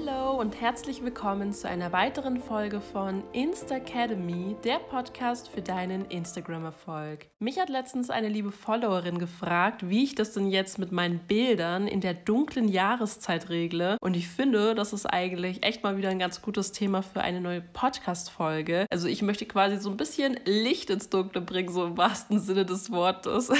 Hallo und herzlich willkommen zu einer weiteren Folge von Instacademy, der Podcast für deinen Instagram-Erfolg. Mich hat letztens eine liebe Followerin gefragt, wie ich das denn jetzt mit meinen Bildern in der dunklen Jahreszeit regle. Und ich finde, das ist eigentlich echt mal wieder ein ganz gutes Thema für eine neue Podcast-Folge. Also ich möchte quasi so ein bisschen Licht ins Dunkle bringen, so im wahrsten Sinne des Wortes.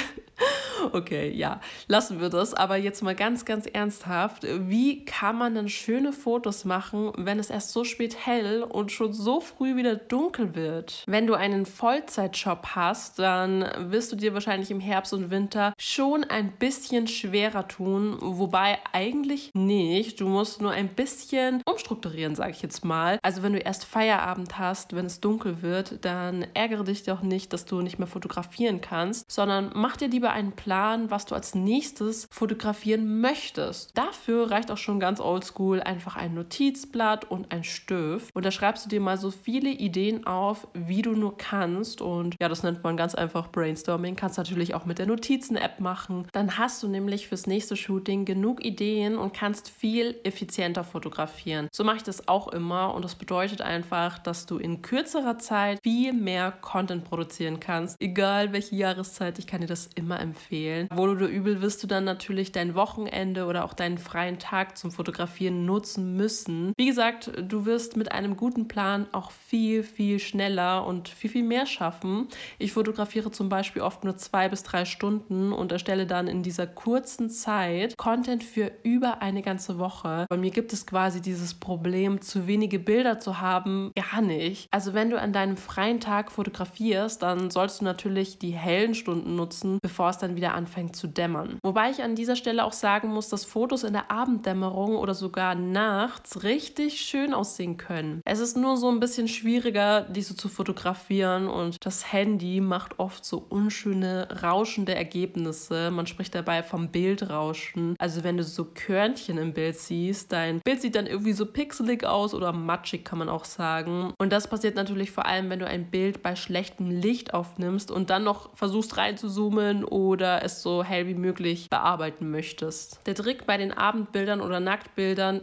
Okay, ja, lassen wir das. Aber jetzt mal ganz ernsthaft. Wie kann man denn schöne Fotos machen, wenn es erst so spät hell und schon so früh wieder dunkel wird? Wenn du einen Vollzeitjob hast, dann wirst du dir wahrscheinlich im Herbst und Winter schon ein bisschen schwerer tun. Wobei eigentlich nicht. Du musst nur ein bisschen umstrukturieren, sage ich jetzt mal. Also wenn du erst Feierabend hast, wenn es dunkel wird, dann ärgere dich doch nicht, dass du nicht mehr fotografieren kannst, sondern mach dir lieber einen Plan, was du als nächstes fotografieren möchtest. Dafür reicht auch schon ganz oldschool einfach ein Notizblatt und ein Stift. Und da schreibst du dir mal so viele Ideen auf, wie du nur kannst. Und ja, das nennt man ganz einfach Brainstorming. Kannst natürlich auch mit der Notizen-App machen. Dann hast du nämlich fürs nächste Shooting genug Ideen und kannst viel effizienter fotografieren. So mache ich das auch immer und das bedeutet einfach, dass du in kürzerer Zeit viel mehr Content produzieren kannst. Egal welche Jahreszeit, ich kann dir das immer empfehlen. Wohl oder übel wirst du dann natürlich dein Wochenende oder auch deinen freien Tag zum Fotografieren nutzen müssen. Wie gesagt, du wirst mit einem guten Plan auch viel schneller und viel mehr schaffen. Ich fotografiere zum Beispiel oft nur 2 bis 3 Stunden und erstelle dann in dieser kurzen Zeit Content für über eine ganze Woche. Bei mir gibt es quasi dieses Problem, zu wenige Bilder zu haben, gar nicht. Also wenn du an deinem freien Tag fotografierst, dann sollst du natürlich die hellen Stunden nutzen, bevor es dann wieder anfängt zu dämmern. Wobei ich an dieser Stelle auch sagen muss, dass Fotos in der Abenddämmerung oder sogar nachts richtig schön aussehen können. Es ist nur so ein bisschen schwieriger, diese zu fotografieren und das Handy macht oft so unschöne, rauschende Ergebnisse. Man spricht dabei vom Bildrauschen. Also wenn du so Körnchen im Bild siehst, dein Bild sieht dann irgendwie so pixelig aus oder matschig, kann man auch sagen. Und das passiert natürlich vor allem, wenn du ein Bild bei schlechtem Licht aufnimmst und dann noch versuchst reinzuzoomen oder es so hell wie möglich bearbeiten möchtest. Der Trick bei den Abendbildern oder Nacktbildern...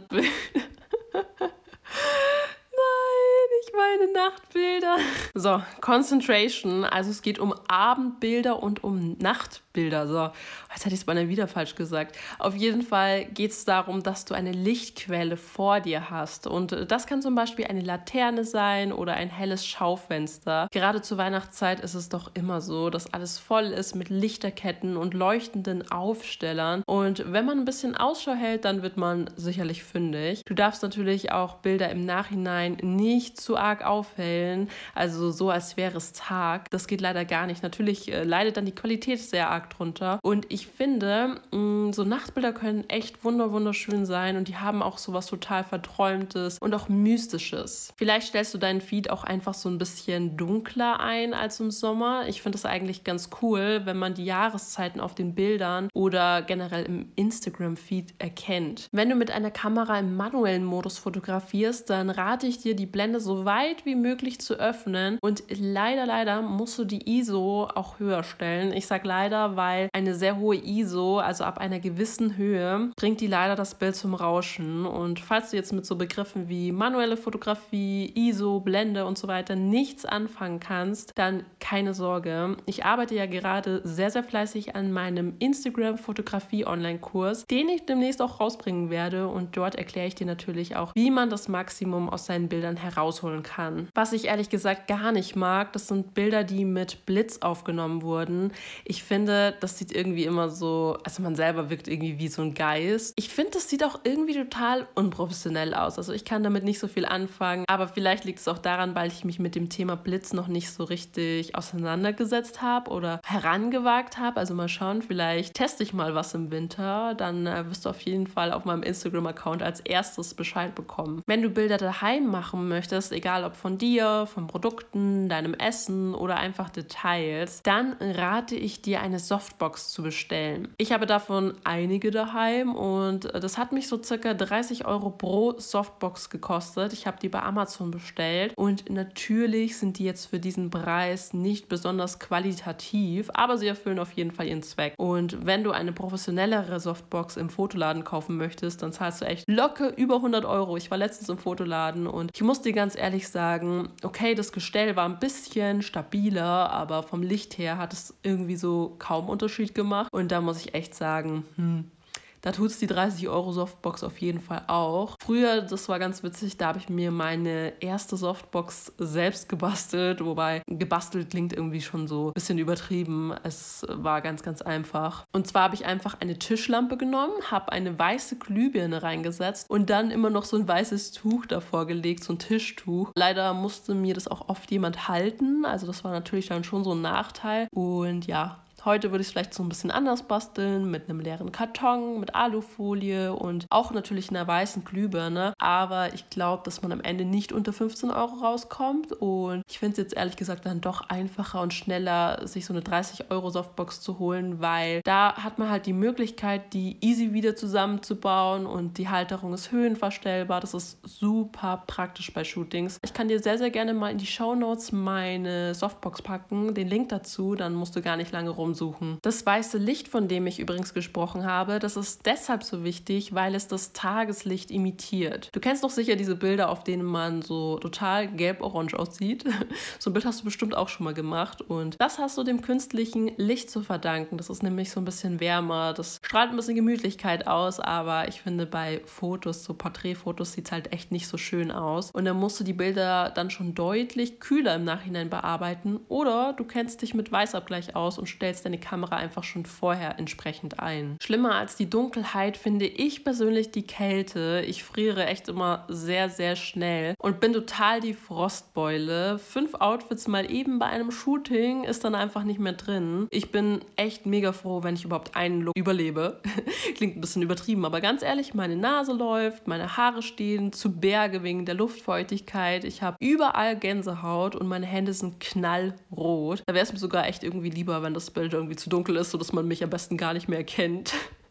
meine Nachtbilder. So, Concentration. Also es geht um Abendbilder und um Nachtbilder. So, jetzt hätte ich es beinahe wieder falsch gesagt. Auf jeden Fall geht es darum, dass du eine Lichtquelle vor dir hast. Und das kann zum Beispiel eine Laterne sein oder ein helles Schaufenster. Gerade zur Weihnachtszeit ist es doch immer so, dass alles voll ist mit Lichterketten und leuchtenden Aufstellern. Und wenn man ein bisschen Ausschau hält, dann wird man sicherlich fündig. Du darfst natürlich auch Bilder im Nachhinein nicht zu arg aufhellen, also so, als wäre es Tag. Das geht leider gar nicht. Natürlich leidet dann die Qualität sehr arg drunter. Und ich finde, so Nachtbilder können echt wunderschön sein und die haben auch sowas total Verträumtes und auch Mystisches. Vielleicht stellst du deinen Feed auch einfach so ein bisschen dunkler ein als im Sommer. Ich finde das eigentlich ganz cool, wenn man die Jahreszeiten auf den Bildern oder generell im Instagram-Feed erkennt. Wenn du mit einer Kamera im manuellen Modus fotografierst, dann rate ich dir, die Blende so weit wie möglich zu öffnen und leider musst du die ISO auch höher stellen. Ich sage leider, weil eine sehr hohe ISO, also ab einer gewissen Höhe, bringt die leider das Bild zum Rauschen. Und falls du jetzt mit so Begriffen wie manuelle Fotografie, ISO, Blende und so weiter nichts anfangen kannst, dann keine Sorge. Ich arbeite ja gerade sehr fleißig an meinem Instagram-Fotografie-Online-Kurs, den ich demnächst auch rausbringen werde und dort erkläre ich dir natürlich auch, wie man das Maximum aus seinen Bildern herausholen kann. Was ich ehrlich gesagt gar nicht mag, das sind Bilder, die mit Blitz aufgenommen wurden. Ich finde, das sieht irgendwie immer so, also man selber wirkt irgendwie wie so ein Geist. Ich finde, das sieht auch irgendwie total unprofessionell aus. Also ich kann damit nicht so viel anfangen, aber vielleicht liegt es auch daran, weil ich mich mit dem Thema Blitz noch nicht so richtig auseinandergesetzt habe oder herangewagt habe. Also mal schauen, vielleicht teste ich mal was im Winter, dann wirst du auf jeden Fall auf meinem Instagram-Account als erstes Bescheid bekommen. Wenn du Bilder daheim machen möchtest, egal ob von dir, von Produkten, deinem Essen oder einfach Details, dann rate ich dir, eine Softbox zu bestellen. Ich habe davon einige daheim und das hat mich so circa 30 € pro Softbox gekostet. Ich habe die bei Amazon bestellt und natürlich sind die jetzt für diesen Preis nicht besonders qualitativ, aber sie erfüllen auf jeden Fall ihren Zweck. Und wenn du eine professionellere Softbox im Fotoladen kaufen möchtest, dann zahlst du echt locker über 100 €. Ich war letztens im Fotoladen und ich muss dir ganz ehrlich sagen, okay, das Gestell war ein bisschen stabiler, aber vom Licht her hat es irgendwie so kaum Unterschied gemacht. Und da muss ich echt sagen, da tut es die 30 € Softbox auf jeden Fall auch. Früher, das war ganz witzig, da habe ich mir meine erste Softbox selbst gebastelt, wobei gebastelt klingt irgendwie schon so ein bisschen übertrieben. Es war ganz, ganz einfach. Und zwar habe ich einfach eine Tischlampe genommen, habe eine weiße Glühbirne reingesetzt und dann immer noch so ein weißes Tuch davor gelegt, so ein Tischtuch. Leider musste mir das auch oft jemand halten, also das war natürlich dann schon so ein Nachteil. Und ja, heute würde ich es vielleicht so ein bisschen anders basteln, mit einem leeren Karton, mit Alufolie und auch natürlich einer weißen Glühbirne. Aber ich glaube, dass man am Ende nicht unter 15 € rauskommt. Und ich finde es jetzt ehrlich gesagt dann doch einfacher und schneller, sich so eine 30 € Softbox zu holen, weil da hat man halt die Möglichkeit, die easy wieder zusammenzubauen und die Halterung ist höhenverstellbar. Das ist super praktisch bei Shootings. Ich kann dir sehr, sehr gerne mal in die Shownotes meine Softbox packen, den Link dazu, dann musst du gar nicht lange rumsuchen. Das weiße Licht, von dem ich übrigens gesprochen habe, das ist deshalb so wichtig, weil es das Tageslicht imitiert. Du kennst doch sicher diese Bilder, auf denen man so total gelb-orange aussieht. So ein Bild hast du bestimmt auch schon mal gemacht und das hast du dem künstlichen Licht zu verdanken. Das ist nämlich so ein bisschen wärmer, das strahlt ein bisschen Gemütlichkeit aus, aber ich finde bei Fotos, so Porträtfotos, sieht es halt echt nicht so schön aus und dann musst du die Bilder dann schon deutlich kühler im Nachhinein bearbeiten oder du kennst dich mit Weißabgleich aus und stellst deine Kamera einfach schon vorher entsprechend ein. Schlimmer als die Dunkelheit finde ich persönlich die Kälte. Ich friere echt immer sehr, sehr schnell und bin total die Frostbeule. 5 Outfits mal eben bei einem Shooting ist dann einfach nicht mehr drin. Ich bin echt mega froh, wenn ich überhaupt einen Look überlebe. Klingt ein bisschen übertrieben, aber ganz ehrlich, meine Nase läuft, meine Haare stehen zu Berge wegen der Luftfeuchtigkeit. Ich habe überall Gänsehaut und meine Hände sind knallrot. Da wäre es mir sogar echt irgendwie lieber, wenn das Bild irgendwie zu dunkel ist, sodass man mich am besten gar nicht mehr erkennt.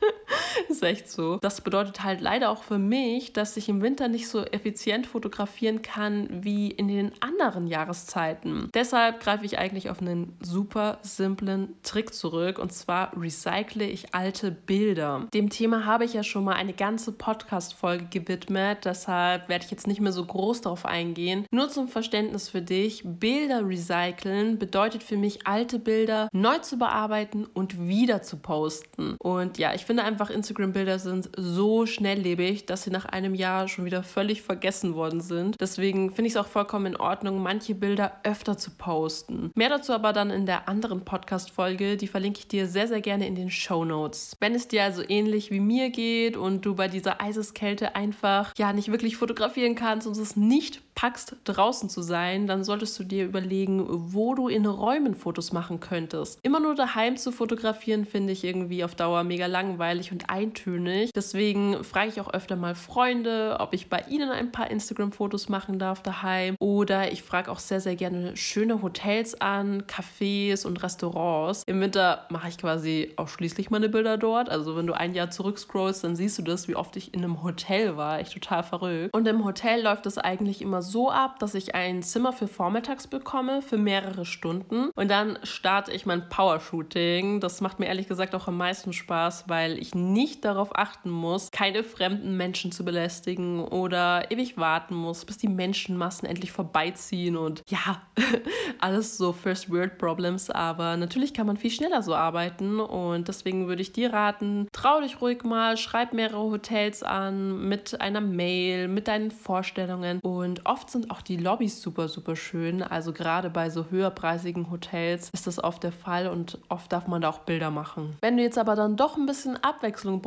Ist echt so. Das bedeutet halt leider auch für mich, dass ich im Winter nicht so effizient fotografieren kann wie in den anderen Jahreszeiten. Deshalb greife ich eigentlich auf einen super simplen Trick zurück und zwar recycle ich alte Bilder. Dem Thema habe ich ja schon mal eine ganze Podcast-Folge gewidmet, deshalb werde ich jetzt nicht mehr so groß darauf eingehen. Nur zum Verständnis für dich, Bilder recyceln bedeutet für mich, alte Bilder neu zu bearbeiten und wieder zu posten. Und ja, ich finde einfach, Instagram-Bilder sind so schnelllebig, dass sie nach einem Jahr schon wieder völlig vergessen worden sind. Deswegen finde ich es auch vollkommen in Ordnung, manche Bilder öfter zu posten. Mehr dazu aber dann in der anderen Podcast-Folge, die verlinke ich dir sehr, sehr gerne in den Shownotes. Wenn es dir also ähnlich wie mir geht und du bei dieser Eiseskälte einfach nicht wirklich fotografieren kannst und es nicht packst, draußen zu sein, dann solltest du dir überlegen, wo du in Räumen Fotos machen könntest. Immer nur daheim zu fotografieren, finde ich irgendwie auf Dauer mega langweilig und eintönig. Deswegen frage ich auch öfter mal Freunde, ob ich bei ihnen ein paar Instagram-Fotos machen darf daheim. Oder ich frage auch sehr, sehr gerne schöne Hotels an, Cafés und Restaurants. Im Winter mache ich quasi ausschließlich meine Bilder dort. Also wenn du ein Jahr zurückscrollst, dann siehst du das, wie oft ich in einem Hotel war. Echt total verrückt. Und im Hotel läuft es eigentlich immer so ab, dass ich ein Zimmer für vormittags bekomme, für mehrere Stunden. Und dann starte ich mein Powershooting. Das macht mir ehrlich gesagt auch am meisten Spaß, weil ich nicht darauf achten muss, keine fremden Menschen zu belästigen oder ewig warten muss, bis die Menschenmassen endlich vorbeiziehen und alles so First World Problems. Aber natürlich kann man viel schneller so arbeiten und deswegen würde ich dir raten, trau dich ruhig mal, schreib mehrere Hotels an mit einer Mail, mit deinen Vorstellungen und oft sind auch die Lobbys super, super schön. Also gerade bei so höherpreisigen Hotels ist das oft der Fall und oft darf man da auch Bilder machen. Wenn du jetzt aber dann doch ein bisschen Abwechslung brauchst,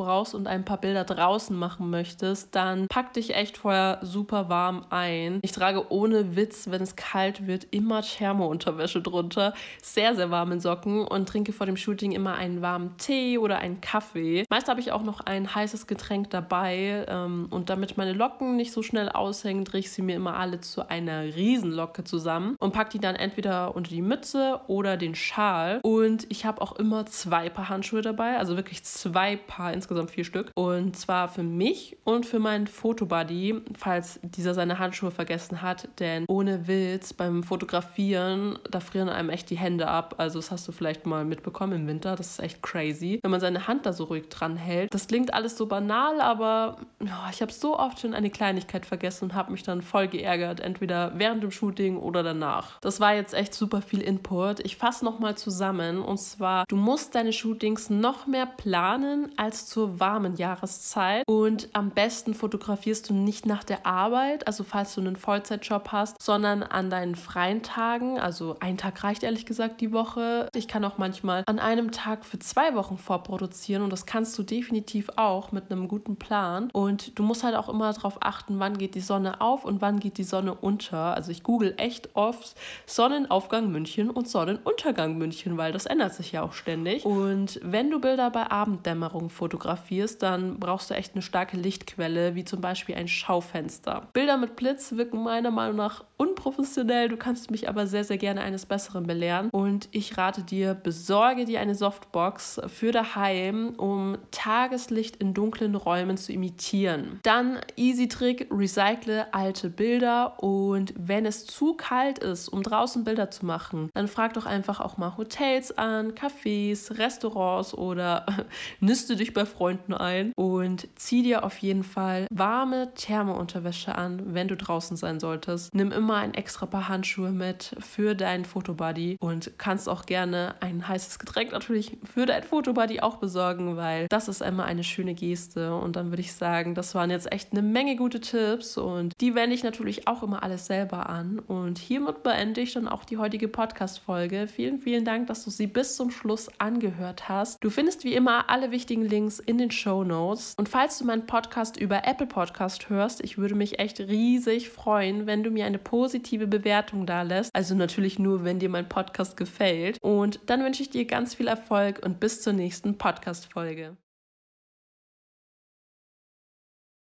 raus und ein paar Bilder draußen machen möchtest, dann pack dich echt vorher super warm ein. Ich trage ohne Witz, wenn es kalt wird, immer Thermounterwäsche drunter, sehr, sehr warme Socken und trinke vor dem Shooting immer einen warmen Tee oder einen Kaffee. Meist habe ich auch noch ein heißes Getränk dabei und damit meine Locken nicht so schnell aushängen, drehe ich sie mir immer alle zu einer Riesenlocke zusammen und packe die dann entweder unter die Mütze oder den Schal. Und ich habe auch immer 2 Paar Handschuhe dabei, also wirklich 2 Paar, insgesamt 4 Stück. Und zwar für mich und für meinen Fotobuddy, falls dieser seine Handschuhe vergessen hat. Denn ohne Witz, beim Fotografieren, da frieren einem echt die Hände ab. Also das hast du vielleicht mal mitbekommen im Winter, das ist echt crazy. Wenn man seine Hand da so ruhig dran hält. Das klingt alles so banal, aber ich habe so oft schon eine Kleinigkeit vergessen und habe mich dann voll geärgert, entweder während dem Shooting oder danach. Das war jetzt echt super viel Input. Ich fasse nochmal zusammen und zwar, du musst deine Shootings noch mehr planen als zur warmen Jahreszeit und am besten fotografierst du nicht nach der Arbeit, also falls du einen Vollzeitjob hast, sondern an deinen freien Tagen, also ein Tag reicht ehrlich gesagt die Woche. Ich kann auch manchmal an einem Tag für 2 Wochen vorproduzieren und das kannst du definitiv auch mit einem guten Plan und du musst halt auch immer darauf achten, wann geht die Sonne auf und wann geht die Sonne unter. Also ich google echt oft Sonnenaufgang München und Sonnenuntergang München, weil das ändert sich ja auch ständig. Und wenn du Bilder bei Abenddämmerung fotografierst, dann brauchst du echt eine starke Lichtquelle, wie zum Beispiel ein Schaufenster. Bilder mit Blitz wirken meiner Meinung nach unprofessionell. Du kannst mich aber sehr, sehr gerne eines Besseren belehren. Und ich rate dir, besorge dir eine Softbox für daheim, um Tageslicht in dunklen Räumen zu imitieren. Dann easy Trick, recycle alte Bilder und wenn es zu kalt ist, um draußen Bilder zu machen, dann frag doch einfach auch mal Hotels an, Cafés, Restaurants oder niste dich bei Freunden ein und zieh dir auf jeden Fall warme Thermounterwäsche an, wenn du draußen sein solltest. Nimm immer ein extra Paar Handschuhe mit für deinen Fotobuddy und kannst auch gerne ein heißes Getränk natürlich für deinen Fotobuddy auch besorgen, weil das ist immer eine schöne Geste und dann würde ich sagen, das waren jetzt echt eine Menge gute Tipps und die wende ich natürlich auch immer alles selber an und hiermit beende ich dann auch die heutige Podcast-Folge. Vielen, vielen Dank, dass du sie bis zum Schluss angehört hast. Du findest wie immer alle wichtigen Links in den Shownotes und falls du meinen Podcast über Apple Podcast hörst, ich würde mich echt riesig freuen, wenn du mir eine positive Bewertung da lässt. Also natürlich nur, wenn dir mein Podcast gefällt und dann wünsche ich dir ganz viel Erfolg und bis zur nächsten Podcast-Folge.